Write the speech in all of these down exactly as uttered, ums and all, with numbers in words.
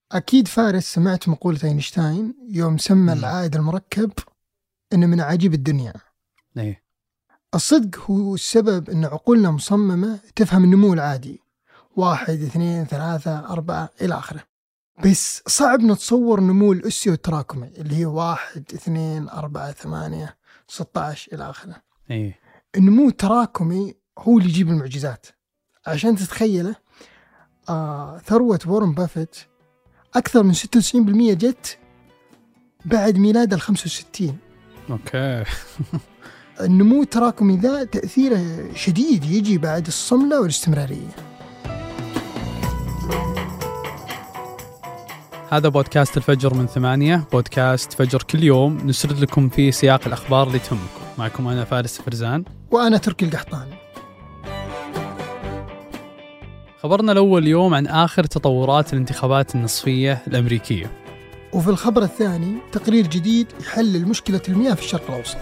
أكيد فارس سمعت مقولة أينشتاين يوم سمى العائد المركب إنه من عجيب الدنيا. إيه. الصدق هو السبب إن عقولنا مصممة تفهم النمو العادي، واحد اثنين ثلاثة أربعة إلى آخره، بس صعب نتصور نمو الأسي والتراكمي اللي هي واحد اثنين أربعة ثمانية ستة عشر إلى آخره. إيه. النمو التراكمي هو اللي يجيب المعجزات. عشان تتخيله آه ثروة وارن بافيت أكثر من ستة وتسعين بالمئة جت بعد ميلاد الخمسة وستين. أوكي. النمو التراكمي ذا تأثيره شديد، يجي بعد الصملة والاستمرارية. هذا بودكاست الفجر من ثمانية، بودكاست فجر كل يوم نسرد لكم فيه سياق الأخبار اللي تهمكم. معكم أنا فارس فرزان وأنا تركي القحطاني. خبرنا الأول اليوم عن آخر تطورات الانتخابات النصفية الأمريكية، وفي الخبر الثاني تقرير جديد يحلل مشكلة المياه في الشرق الأوسط.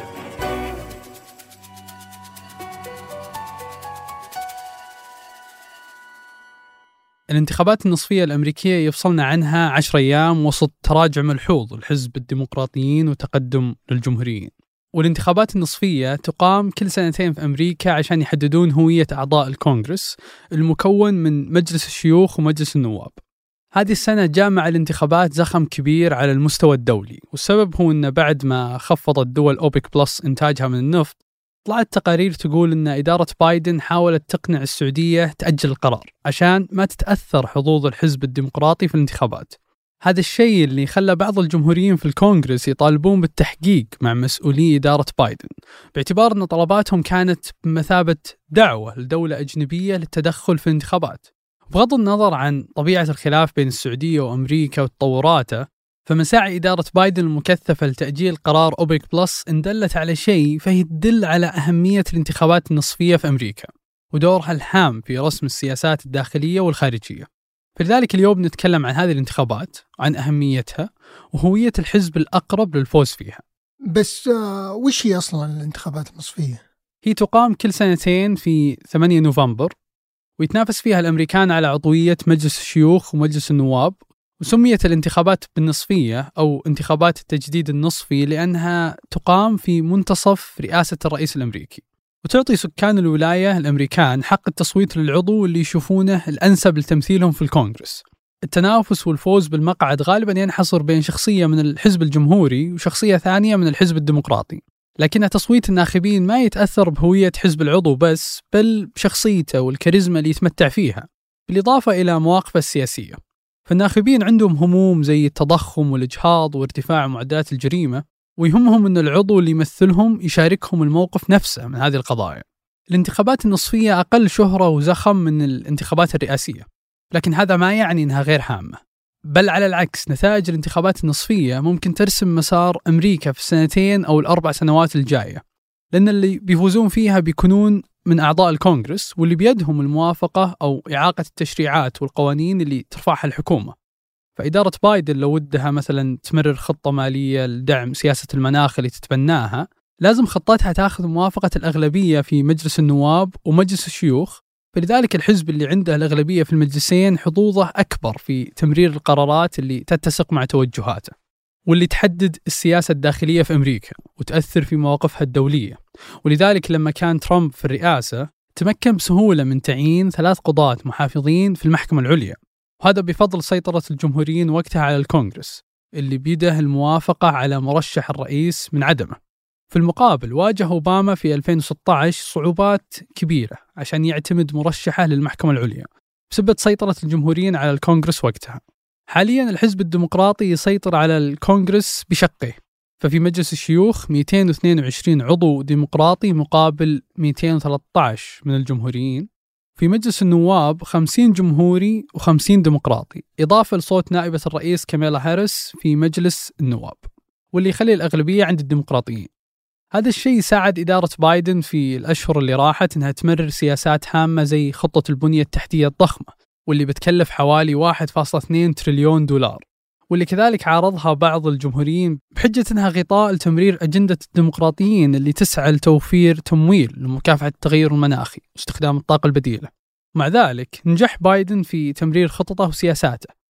الانتخابات النصفية الأمريكية يفصلنا عنها عشر أيام وسط تراجع ملحوظ لحزب الديمقراطيين وتقدم للجمهوريين. والانتخابات النصفية تقام كل سنتين في أمريكا عشان يحددون هوية أعضاء الكونغرس المكون من مجلس الشيوخ ومجلس النواب. هذه السنة جامع الانتخابات زخم كبير على المستوى الدولي، والسبب هو أن بعد ما خفضت دول أوبك بلس إنتاجها من النفط، طلعت تقارير تقول أن إدارة بايدن حاولت تقنع السعودية تأجل القرار عشان ما تتأثر حظوظ الحزب الديمقراطي في الانتخابات. هذا الشيء اللي خلى بعض الجمهوريين في الكونغرس يطالبون بالتحقيق مع مسؤولي إدارة بايدن، باعتبار أن طلباتهم كانت بمثابة دعوة لدولة أجنبية للتدخل في الانتخابات. بغض النظر عن طبيعة الخلاف بين السعودية وأمريكا وتطوراته، فمساعي إدارة بايدن المكثفة لتأجيل قرار أوبك بلس إن دلت على شيء فهي تدل على أهمية الانتخابات النصفية في أمريكا ودورها الهام في رسم السياسات الداخلية والخارجية. فلذلك اليوم نتكلم عن هذه الانتخابات وعن أهميتها وهوية الحزب الأقرب للفوز فيها. بس آه وش هي أصلا الانتخابات النصفية؟ هي تقام كل سنتين في ثمانية نوفمبر، ويتنافس فيها الأمريكان على عضوية مجلس الشيوخ ومجلس النواب. وسميت الانتخابات بالنصفية أو انتخابات التجديد النصفي لأنها تقام في منتصف رئاسة الرئيس الأمريكي، وتعطي سكان الولاية الأمريكان حق التصويت للعضو اللي يشوفونه الأنسب لتمثيلهم في الكونغرس. التنافس والفوز بالمقعد غالبا ينحصر بين شخصية من الحزب الجمهوري وشخصية ثانية من الحزب الديمقراطي، لكن تصويت الناخبين ما يتأثر بهوية حزب العضو بس، بل بشخصيته والكاريزما اللي يتمتع فيها، بالإضافة إلى مواقفه السياسية. فالناخبين عندهم هموم زي التضخم والإجهاض وارتفاع معدلات الجريمة، ويهمهم أن العضو اللي يمثلهم يشاركهم الموقف نفسه من هذه القضايا. الانتخابات النصفية أقل شهرة وزخم من الانتخابات الرئاسية، لكن هذا ما يعني أنها غير هامة، بل على العكس، نتائج الانتخابات النصفية ممكن ترسم مسار أمريكا في السنتين أو الأربع سنوات الجاية، لأن اللي بيفوزون فيها بيكونون من أعضاء الكونغرس واللي بيدهم الموافقة أو إعاقة التشريعات والقوانين اللي ترفعها الحكومة. فإدارة بايدن لو ودها مثلا تمرر خطة مالية لدعم سياسة المناخ اللي تتبناها، لازم خطتها تأخذ موافقة الأغلبية في مجلس النواب ومجلس الشيوخ. فلذلك الحزب اللي عنده الأغلبية في المجلسين حظوظه أكبر في تمرير القرارات اللي تتسق مع توجهاته واللي تحدد السياسة الداخلية في أمريكا وتأثر في مواقفها الدولية. ولذلك لما كان ترامب في الرئاسة تمكن بسهولة من تعيين ثلاث قضاة محافظين في المحكمة العليا، وهذا بفضل سيطرة الجمهوريين وقتها على الكونغرس اللي بيده الموافقة على مرشح الرئيس من عدمه. في المقابل واجه أوباما في ألفين وستة عشر صعوبات كبيرة عشان يعتمد مرشحه للمحكمة العليا بسبب سيطرة الجمهوريين على الكونغرس وقتها. حاليا الحزب الديمقراطي يسيطر على الكونغرس بشقه، ففي مجلس الشيوخ مئتين واثنين وعشرين عضو ديمقراطي مقابل مئتين وثلاثة عشر من الجمهوريين. في مجلس النواب خمسين جمهوري وخمسين ديمقراطي، إضافة لصوت نائبة الرئيس كاميلا هاريس في مجلس النواب، واللي يخلي الأغلبية عند الديمقراطيين. هذا الشيء ساعد إدارة بايدن في الأشهر اللي راحت إنها تمرر سياسات هامة زي خطة البنية التحتية الضخمة، واللي بتكلف حوالي واحد فاصلة اثنين تريليون دولار، واللي كذلك عارضها بعض الجمهوريين بحجة أنها غطاء لتمرير أجندة الديمقراطيين اللي تسعى لتوفير تمويل لمكافحة التغير المناخي واستخدام الطاقة البديلة. مع ذلك نجح بايدن في تمرير خططه وسياساته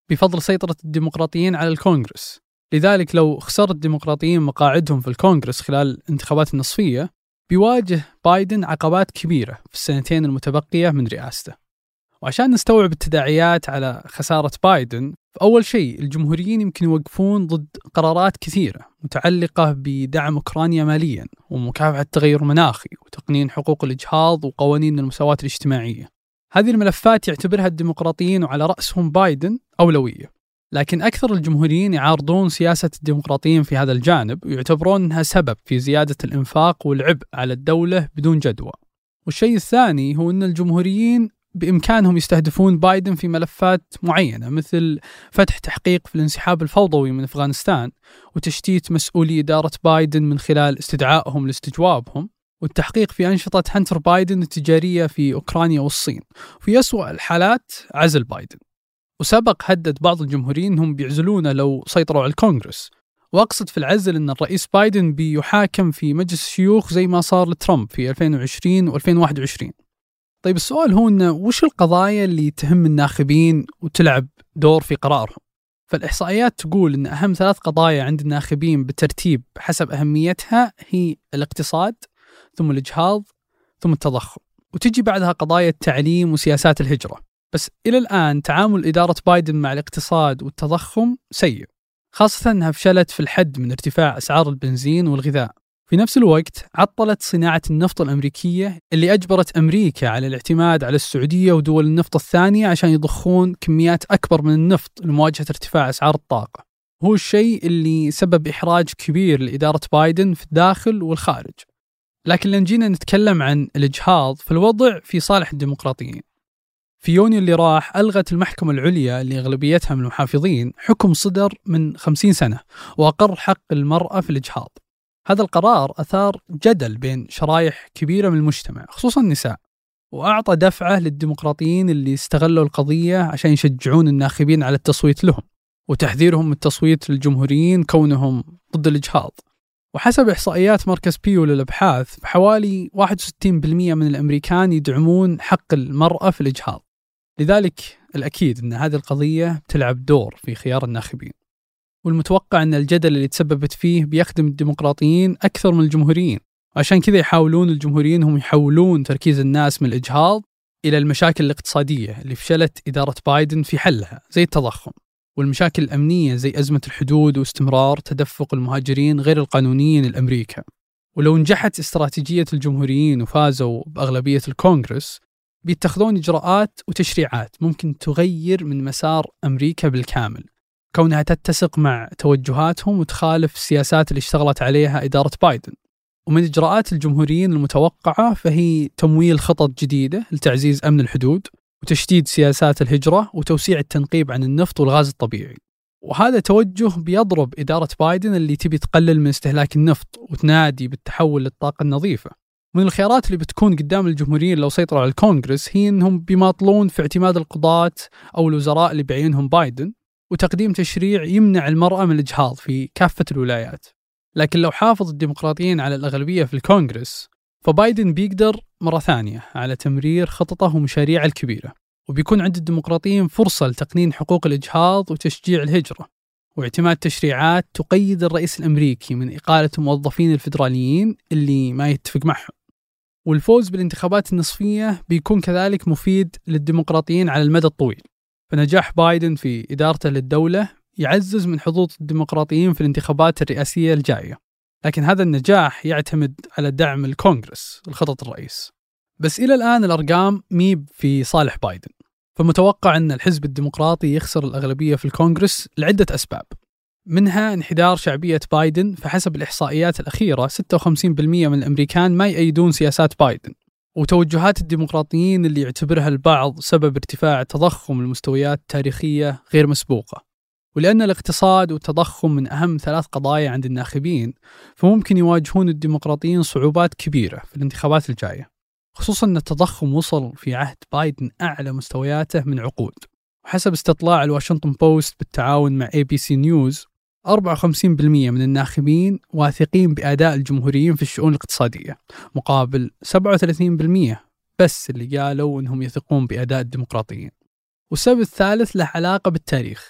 بفضل سيطرة الديمقراطيين على الكونغرس. لذلك لو خسر الديمقراطيين مقاعدهم في الكونغرس خلال الانتخابات النصفية، بيواجه بايدن عقبات كبيرة في السنتين المتبقية من رئاسته. وعشان نستوعب التداعيات على خسارة بايدن، فأول شيء الجمهوريين يمكن يوقفون ضد قرارات كثيرة متعلقة بدعم أوكرانيا ماليا ومكافحة التغير المناخي وتقنين حقوق الإجهاض وقوانين المساواة الاجتماعية. هذه الملفات يعتبرها الديمقراطيين وعلى رأسهم بايدن أولوية، لكن أكثر الجمهوريين يعارضون سياسة الديمقراطيين في هذا الجانب ويعتبرون أنها سبب في زيادة الإنفاق والعبء على الدولة بدون جدوى. والشيء الثاني هو أن الجمهوريين بإمكانهم يستهدفون بايدن في ملفات معينة، مثل فتح تحقيق في الانسحاب الفوضوي من أفغانستان وتشتيت مسؤولي إدارة بايدن من خلال استدعائهم لاستجوابهم، والتحقيق في أنشطة هانتر بايدن التجارية في أوكرانيا والصين، وفي أسوأ الحالات عزل بايدن. وسبق هدد بعض الجمهوريين أنهم بيعزلونه لو سيطروا على الكونغرس، وأقصد في العزل أن الرئيس بايدن بيحاكم في مجلس الشيوخ زي ما صار لترامب في ألفين وعشرين وألفين وواحد وعشرين. طيب السؤال هو أنه وش القضايا اللي تهم الناخبين وتلعب دور في قرارهم؟ فالإحصائيات تقول أن أهم ثلاث قضايا عند الناخبين بالترتيب حسب أهميتها هي الاقتصاد، ثم الإجهاض، ثم التضخم، وتجي بعدها قضايا التعليم وسياسات الهجرة. بس إلى الآن تعامل إدارة بايدن مع الاقتصاد والتضخم سيء، خاصة أنها فشلت في الحد من ارتفاع أسعار البنزين والغذاء. في نفس الوقت عطلت صناعة النفط الأمريكية اللي أجبرت أمريكا على الاعتماد على السعودية ودول النفط الثانية عشان يضخون كميات أكبر من النفط لمواجهة ارتفاع أسعار الطاقة. هو الشيء اللي سبب إحراج كبير لإدارة بايدن في الداخل والخارج. لكن لما جينا نتكلم عن الإجهاض، فالوضع في صالح الديمقراطيين. في يونيو اللي راح ألغت المحكمة العليا اللي أغلبيتها من المحافظين حكم صدر من خمسين سنة وأقر حق المرأة في الإجهاض. هذا القرار أثار جدل بين شرائح كبيرة من المجتمع خصوصا النساء، وأعطى دفعة للديمقراطيين اللي استغلوا القضية عشان يشجعون الناخبين على التصويت لهم وتحذيرهم من التصويت للجمهوريين كونهم ضد الإجهاض. وحسب إحصائيات مركز بيو للأبحاث، حوالي واحد وستين بالمئة من الأمريكان يدعمون حق المرأة في الإجهاض. لذلك الأكيد أن هذه القضية تلعب دور في خيار الناخبين، والمتوقع أن الجدل اللي تسببت فيه بيخدم الديمقراطيين أكثر من الجمهوريين، وعشان كذا يحاولون الجمهوريين هم يحولون تركيز الناس من الإجهاض إلى المشاكل الاقتصادية اللي فشلت إدارة بايدن في حلها زي التضخم، والمشاكل الأمنية زي أزمة الحدود واستمرار تدفق المهاجرين غير القانونيين لأمريكا. ولو نجحت استراتيجية الجمهوريين وفازوا بأغلبية الكونغرس، بيتخذون إجراءات وتشريعات ممكن تغير من مسار أمريكا بالكامل، كونها تتسق مع توجهاتهم وتخالف السياسات اللي اشتغلت عليها إدارة بايدن. ومن إجراءات الجمهوريين المتوقعة فهي تمويل خطط جديدة لتعزيز أمن الحدود وتشديد سياسات الهجرة وتوسيع التنقيب عن النفط والغاز الطبيعي. وهذا توجه بيضرب إدارة بايدن اللي تبي تقلل من استهلاك النفط وتنادي بالتحول للطاقة النظيفة. من الخيارات اللي بتكون قدام الجمهوريين لو سيطروا على الكونغرس هي أنهم بيماطلون في اعتماد القضاة أو الوزراء اللي بعينهم بايدن، وتقديم تشريع يمنع المرأة من الإجهاض في كافة الولايات. لكن لو حافظ الديمقراطيين على الأغلبية في الكونغرس، فبايدن بيقدر مرة ثانية على تمرير خططه ومشاريعه الكبيرة، وبيكون عند الديمقراطيين فرصة لتقنين حقوق الإجهاض وتشجيع الهجرة، واعتماد تشريعات تقيد الرئيس الأمريكي من إقالة موظفين الفيدراليين اللي ما يتفق معهم. والفوز بالانتخابات النصفية بيكون كذلك مفيد للديمقراطيين على المدى الطويل. فنجاح بايدن في إدارته للدولة يعزز من حظوظ الديمقراطيين في الانتخابات الرئاسية الجاية، لكن هذا النجاح يعتمد على دعم الكونغرس لخطط الرئيس. بس إلى الآن الأرقام ميب في صالح بايدن، فمتوقع أن الحزب الديمقراطي يخسر الأغلبية في الكونغرس لعدة أسباب، منها انحدار شعبية بايدن. فحسب الإحصائيات الأخيرة ستة وخمسين بالمئة من الأمريكان ما يأيدون سياسات بايدن، وتوجهات الديمقراطيين اللي يعتبرها البعض سبب ارتفاع التضخم لمستويات تاريخية غير مسبوقة. ولأن الاقتصاد والتضخم من أهم ثلاث قضايا عند الناخبين، فممكن يواجهون الديمقراطيين صعوبات كبيرة في الانتخابات الجاية، خصوصاً أن التضخم وصل في عهد بايدن أعلى مستوياته من عقود. وحسب استطلاع الواشنطن بوست بالتعاون مع إيه بي سي نيوز، أربعة وخمسين بالمئة من الناخبين واثقين بأداء الجمهوريين في الشؤون الاقتصادية، مقابل سبعة وثلاثين بالمئة بس اللي قالوا أنهم يثقون بأداء الديمقراطيين. والسبب الثالث له علاقة بالتاريخ.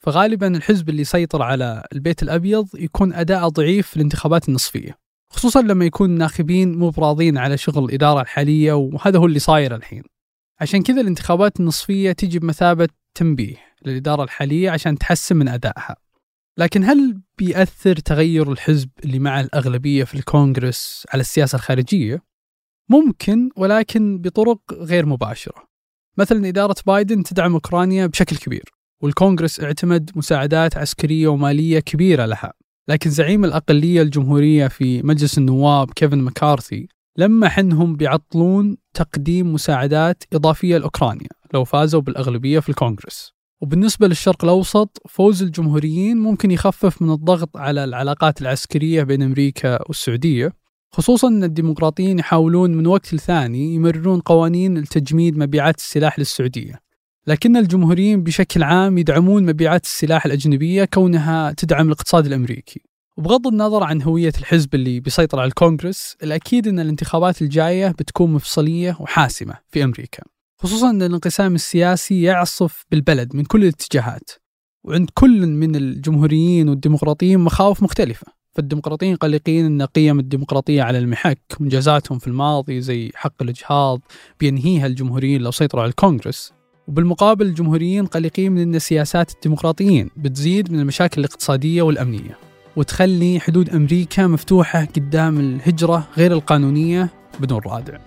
فغالبا الحزب اللي يسيطر على البيت الأبيض يكون أداءه ضعيف في الانتخابات النصفية، خصوصا لما يكون الناخبين مو براضين على شغل الإدارة الحالية، وهذا هو اللي صاير الحين. عشان كذا الانتخابات النصفية تجي بمثابة تنبيه للإدارة الحالية عشان تحسن من أدائها. لكن هل بيأثر تغير الحزب اللي مع الأغلبية في الكونغرس على السياسة الخارجية؟ ممكن، ولكن بطرق غير مباشرة. مثلا إدارة بايدن تدعم أوكرانيا بشكل كبير، والكونغرس اعتمد مساعدات عسكرية ومالية كبيرة لها. لكن زعيم الأقلية الجمهورية في مجلس النواب كيفن مكارثي لمح أنهم بيعطلون تقديم مساعدات إضافية لأوكرانيا لو فازوا بالأغلبية في الكونغرس. وبالنسبة للشرق الأوسط، فوز الجمهوريين ممكن يخفف من الضغط على العلاقات العسكرية بين أمريكا والسعودية، خصوصاً أن الديمقراطيين يحاولون من وقت لثاني يمررون قوانين لتجميد مبيعات السلاح للسعودية. لكن الجمهوريين بشكل عام يدعمون مبيعات السلاح الأجنبية كونها تدعم الاقتصاد الأمريكي. وبغض النظر عن هوية الحزب اللي بيسيطر على الكونغرس، الأكيد أن الانتخابات الجاية بتكون مفصلية وحاسمة في أمريكا، خصوصاً أن الانقسام السياسي يعصف بالبلد من كل الاتجاهات، وعند كل من الجمهوريين والديمقراطيين مخاوف مختلفة. فالديمقراطيين قلقين أن قيم الديمقراطية على المحك وإنجازاتهم في الماضي زي حق الإجهاض بينهيها الجمهوريين لو سيطروا على الكونغرس، وبالمقابل الجمهوريين قلقين من أن سياسات الديمقراطيين بتزيد من المشاكل الاقتصادية والأمنية، وتخلي حدود أمريكا مفتوحة قدام الهجرة غير القانونية بدون رادع.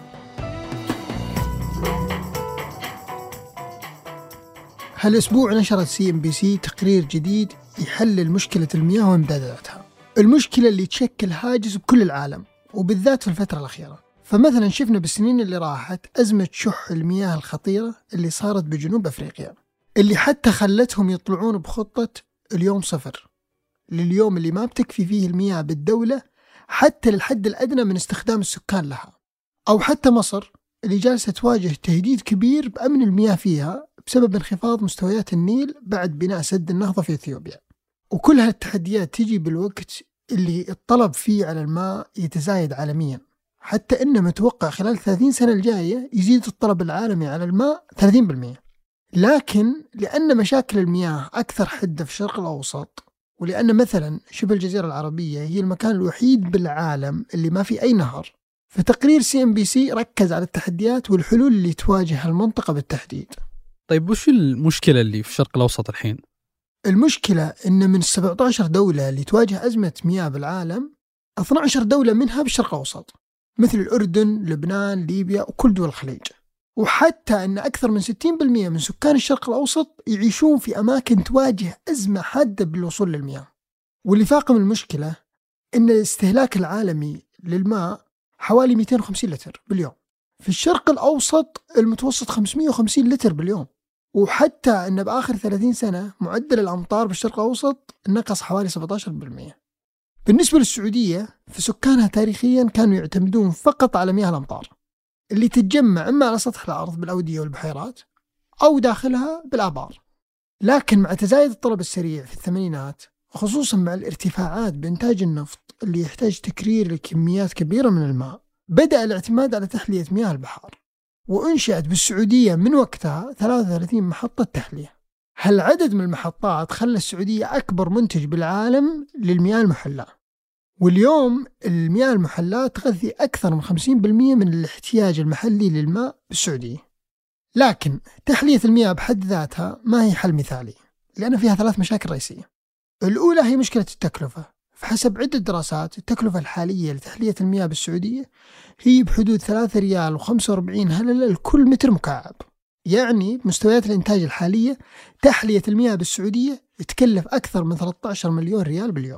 هالأسبوع نشرت سي إم بي سي تقرير جديد يحلل مشكلة المياه وامداداتها، المشكلة اللي تشكل هاجس بكل العالم وبالذات في الفترة الأخيرة. فمثلا شفنا بالسنين اللي راحت أزمة شح المياه الخطيرة اللي صارت بجنوب أفريقيا، اللي حتى خلتهم يطلعون بخطة اليوم صفر، لليوم اللي ما بتكفي فيه المياه بالدولة حتى للحد الأدنى من استخدام السكان لها. أو حتى مصر اللي جالسة تواجه تهديد كبير بأمن المياه فيها بسبب انخفاض مستويات النيل بعد بناء سد النهضة في إثيوبيا. وكل هالتحديات تيجي بالوقت اللي الطلب فيه على الماء يتزايد عالميا، حتى إنه متوقع خلال ثلاثين سنة الجاية يزيد الطلب العالمي على الماء ثلاثين بالمئة. لكن لأن مشاكل المياه أكثر حدة في الشرق الأوسط، ولأن مثلا شبه الجزيرة العربية هي المكان الوحيد بالعالم اللي ما في أي نهر، فتقرير سي إم بي سي ركز على التحديات والحلول اللي تواجه المنطقة بالتحديد. طيب وش المشكلة اللي في الشرق الأوسط الحين؟ المشكلة إن من سبعة عشر دولة اللي تواجه أزمة مياه بالعالم، اثنتي عشرة دولة منها بالشرق الأوسط مثل الأردن، لبنان، ليبيا وكل دول الخليج. وحتى أن أكثر من ستين بالمئة من سكان الشرق الأوسط يعيشون في أماكن تواجه أزمة حادة بالوصول للمياه. واللي فاقم المشكلة إن الاستهلاك العالمي للماء حوالي مئتين وخمسين لتر باليوم، في الشرق الأوسط المتوسط خمسمئة وخمسين لتر باليوم. وحتى أن بآخر ثلاثين سنة معدل الأمطار بالشرق الأوسط نقص حوالي سبعة عشر بالمئة. بالنسبة للسعودية، فسكانها تاريخيا كانوا يعتمدون فقط على مياه الأمطار اللي تتجمع إما على سطح الأرض بالأودية والبحيرات أو داخلها بالآبار. لكن مع تزايد الطلب السريع في الثمانينات، خصوصا مع الارتفاعات بإنتاج النفط اللي يحتاج تكرير لكميات كبيرة من الماء، بدأ الاعتماد على تحلية مياه البحار، وأنشأت بالسعودية من وقتها ثلاثة وثلاثين محطة تحلية. هالعدد من المحطات خلى السعودية أكبر منتج بالعالم للمياه المحلاة، واليوم المياه المحلاة تغذي أكثر من خمسين بالمئة من الاحتياج المحلي للماء بالسعودية. لكن تحلية المياه بحد ذاتها ما هي حل مثالي، لأن فيها ثلاث مشاكل رئيسية. الأولى هي مشكلة التكلفة، فحسب عدة دراسات التكلفة الحالية لتحلية المياه بالسعودية هي بحدود ثلاثة ريال وخمسة وأربعين هللة لكل متر مكعب. يعني بمستويات الإنتاج الحالية تحلية المياه بالسعودية تكلف أكثر من ثلاثة عشر مليون ريال باليوم.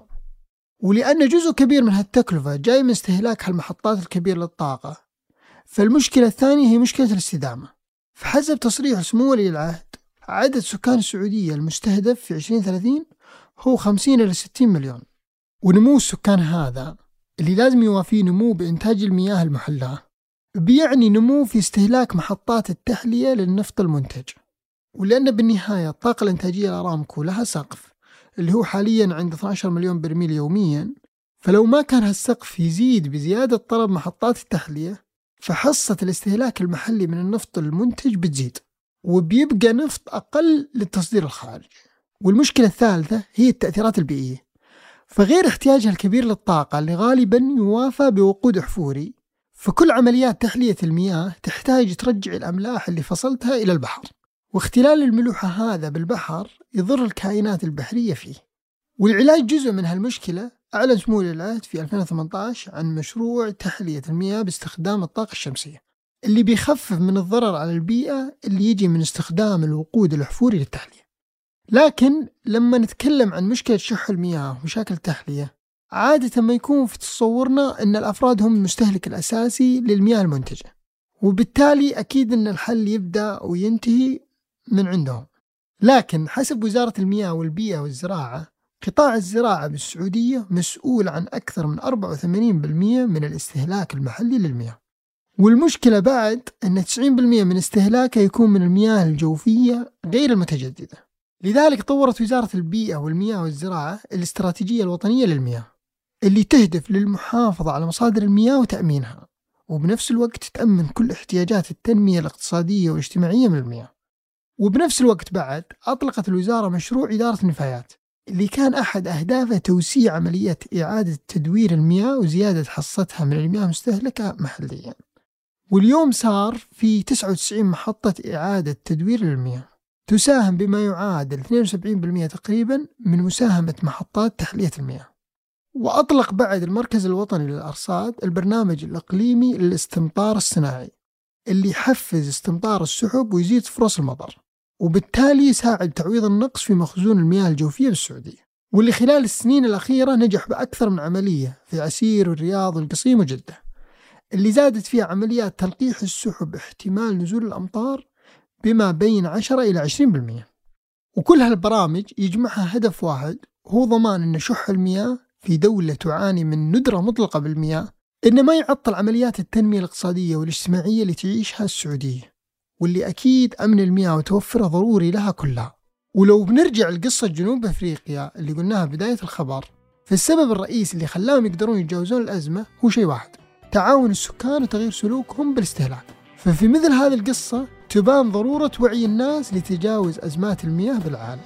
ولأن جزء كبير من هالتكلفة جاي من استهلاك هالمحطات الكبيرة للطاقة، فالمشكلة الثانية هي مشكلة الاستدامة. فحسب تصريح سمو ولي العهد، عدد سكان السعودية المستهدف في عشرين ثلاثين هو خمسين إلى ستين مليون، ونمو السكان هذا اللي لازم يوافيه نمو بإنتاج المياه المحلاة بيعني نمو في استهلاك محطات التحلية للنفط المنتج. ولأن بالنهاية الطاقة الإنتاجية لأرامكو لها سقف اللي هو حاليا عند اثني عشر مليون برميل يوميا، فلو ما كان هالسقف يزيد بزيادة طلب محطات التحلية، فحصة الاستهلاك المحلي من النفط المنتج بتزيد، وبيبقى نفط أقل للتصدير الخارجي. والمشكلة الثالثة هي التأثيرات البيئية، فغير احتياجها الكبير للطاقة اللي غالبا يوافى بوقود أحفوري، فكل عمليات تحلية المياه تحتاج ترجع الأملاح اللي فصلتها إلى البحر، واختلال الملوحة هذا بالبحر يضر الكائنات البحرية فيه. والعلاج جزء من هالمشكلة أعلن سمو ولي العهد في ألفين وثمانية عشر عن مشروع تحلية المياه باستخدام الطاقة الشمسية اللي بيخفف من الضرر على البيئة اللي يجي من استخدام الوقود الأحفوري للتحلية. لكن لما نتكلم عن مشكلة شح المياه ومشاكل التحلية، عادة ما يكون في تصورنا أن الأفراد هم المستهلك الأساسي للمياه المنتجة، وبالتالي أكيد أن الحل يبدأ وينتهي من عندهم. لكن حسب وزارة المياه والبيئة والزراعة، قطاع الزراعة بالسعودية مسؤول عن أكثر من أربعة وثمانين بالمئة من الاستهلاك المحلي للمياه. والمشكلة بعد أن تسعين بالمئة من استهلاكه يكون من المياه الجوفية غير المتجددة. لذلك طورت وزارة البيئة والمياه والزراعة الاستراتيجية الوطنية للمياه اللي تهدف للمحافظة على مصادر المياه وتأمينها، وبنفس الوقت تأمن كل احتياجات التنمية الاقتصادية والاجتماعية من المياه. وبنفس الوقت بعد أطلقت الوزارة مشروع إدارة النفايات اللي كان أحد أهدافه توسيع عملية إعادة تدوير المياه وزيادة حصتها من المياه المستهلكة محليا. واليوم صار في تسعة وتسعين محطة إعادة تدوير للمياه تساهم بما يعادل اثنين وسبعين بالمئة تقريبا من مساهمة محطات تحلية المياه. وأطلق بعد المركز الوطني للأرصاد البرنامج الإقليمي للاستمطار الصناعي اللي يحفز استمطار السحب ويزيد فرص المطر، وبالتالي يساعد تعويض النقص في مخزون المياه الجوفية بالسعودية، واللي خلال السنين الأخيرة نجح بأكثر من عملية في عسير والرياض والقصيم وجدة، اللي زادت فيها عمليات تلقيح السحب احتمال نزول الأمطار بما بين عشرة إلى عشرين بالمئة. وكل هالبرامج يجمعها هدف واحد، هو ضمان أن شح المياه في دولة تعاني من ندرة مطلقة بالمياه إنه ما يعطل عمليات التنمية الاقتصادية والاجتماعية اللي تعيشها السعودية، واللي أكيد أمن المياه وتوفره ضروري لها كلها. ولو بنرجع لقصة جنوب أفريقيا اللي قلناها بداية الخبر، فالسبب الرئيسي اللي خلاهم يقدرون يتجاوزون الأزمة هو شيء واحد، تعاون السكان وتغيير سلوكهم بالاستهلاك. ففي مثل هذه القصة تبان ضرورة وعي الناس لتجاوز أزمات المياه بالعالم.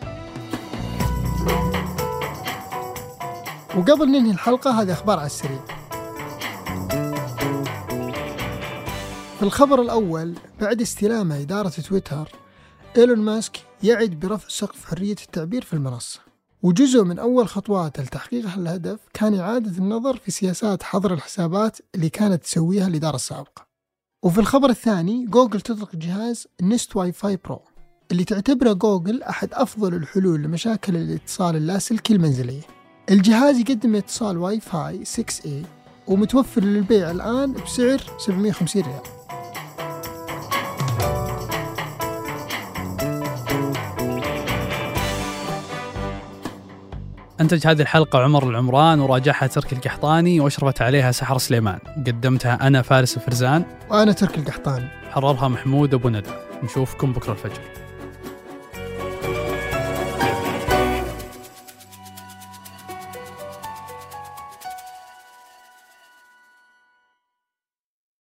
وقبل ننهي الحلقة هذه أخبار على السريع. في الخبر الأول، بعد استلامه إدارة تويتر، إيلون ماسك يعد برفع سقف حرية التعبير في المنصة، وجزء من أول خطواته لتحقيق هالهدف كان إعادة النظر في سياسات حظر الحسابات اللي كانت تسويها الإدارة السابقة. وفي الخبر الثاني، جوجل تطلق جهاز نست واي فاي برو اللي تعتبره جوجل أحد أفضل الحلول لمشاكل الاتصال اللاسلكي المنزلية. الجهاز يقدم اتصال واي فاي ستة إيه ومتوفر للبيع الآن بسعر سبعمئة وخمسين ريال. أنتج هذه الحلقة عمر العمران، وراجعها تركي القحطاني، وأشرفت عليها سحر سليمان، وقدمتها أنا فارس الفرزان، وأنا تركي القحطاني، حررها محمود أبو ندى. نشوفكم بكرة الفجر.